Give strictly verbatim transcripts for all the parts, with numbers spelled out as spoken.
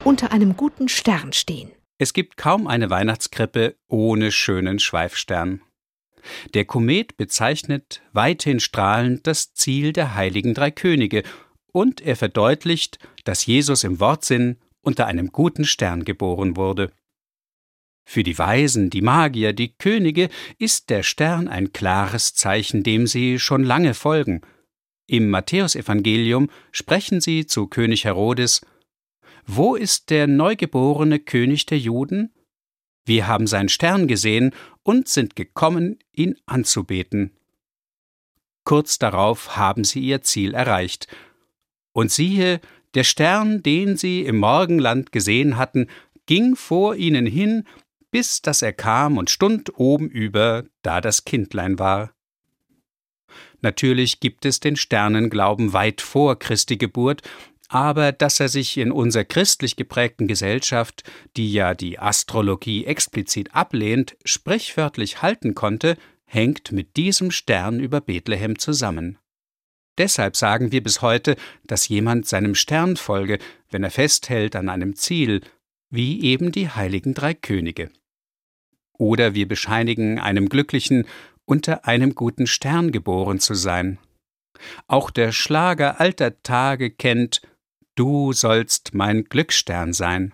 unter einem guten Stern stehen. Es gibt kaum eine Weihnachtskrippe ohne schönen Schweifstern. Der Komet bezeichnet weithin strahlend das Ziel der heiligen drei Könige und er verdeutlicht, dass Jesus im Wortsinn unter einem guten Stern geboren wurde. Für die Weisen, die Magier, die Könige ist der Stern ein klares Zeichen, dem sie schon lange folgen. Im Matthäusevangelium sprechen sie zu König Herodes: »Wo ist der neugeborene König der Juden? Wir haben seinen Stern gesehen und sind gekommen, ihn anzubeten.« Kurz darauf haben sie ihr Ziel erreicht. Und siehe, der Stern, den sie im Morgenland gesehen hatten, ging vor ihnen hin, bis dass er kam und stund oben über, da das Kindlein war. Natürlich gibt es den Sternenglauben weit vor Christi Geburt, aber dass er sich in unserer christlich geprägten Gesellschaft, die ja die Astrologie explizit ablehnt, sprichwörtlich halten konnte, hängt mit diesem Stern über Bethlehem zusammen. Deshalb sagen wir bis heute, dass jemand seinem Stern folge, wenn er festhält an einem Ziel, wie eben die heiligen drei Könige. Oder wir bescheinigen einem Glücklichen, unter einem guten Stern geboren zu sein. Auch der Schlager alter Tage kennt »Du sollst mein Glücksstern sein«.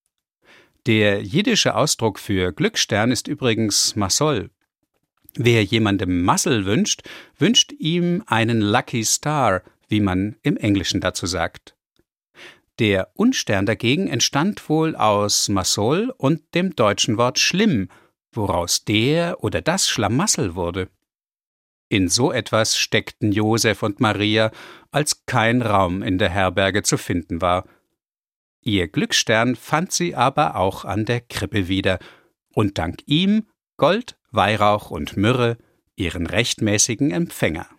Der jiddische Ausdruck für Glücksstern ist übrigens Masol. Wer jemandem Masel wünscht, wünscht ihm einen Lucky Star, wie man im Englischen dazu sagt. Der Unstern dagegen entstand wohl aus Masol und dem deutschen Wort schlimm, woraus der oder das Schlamassel wurde. In so etwas steckten Josef und Maria, als kein Raum in der Herberge zu finden war. Ihr Glücksstern fand sie aber auch an der Krippe wieder und dank ihm Gold, Weihrauch und Myrrhe ihren rechtmäßigen Empfänger.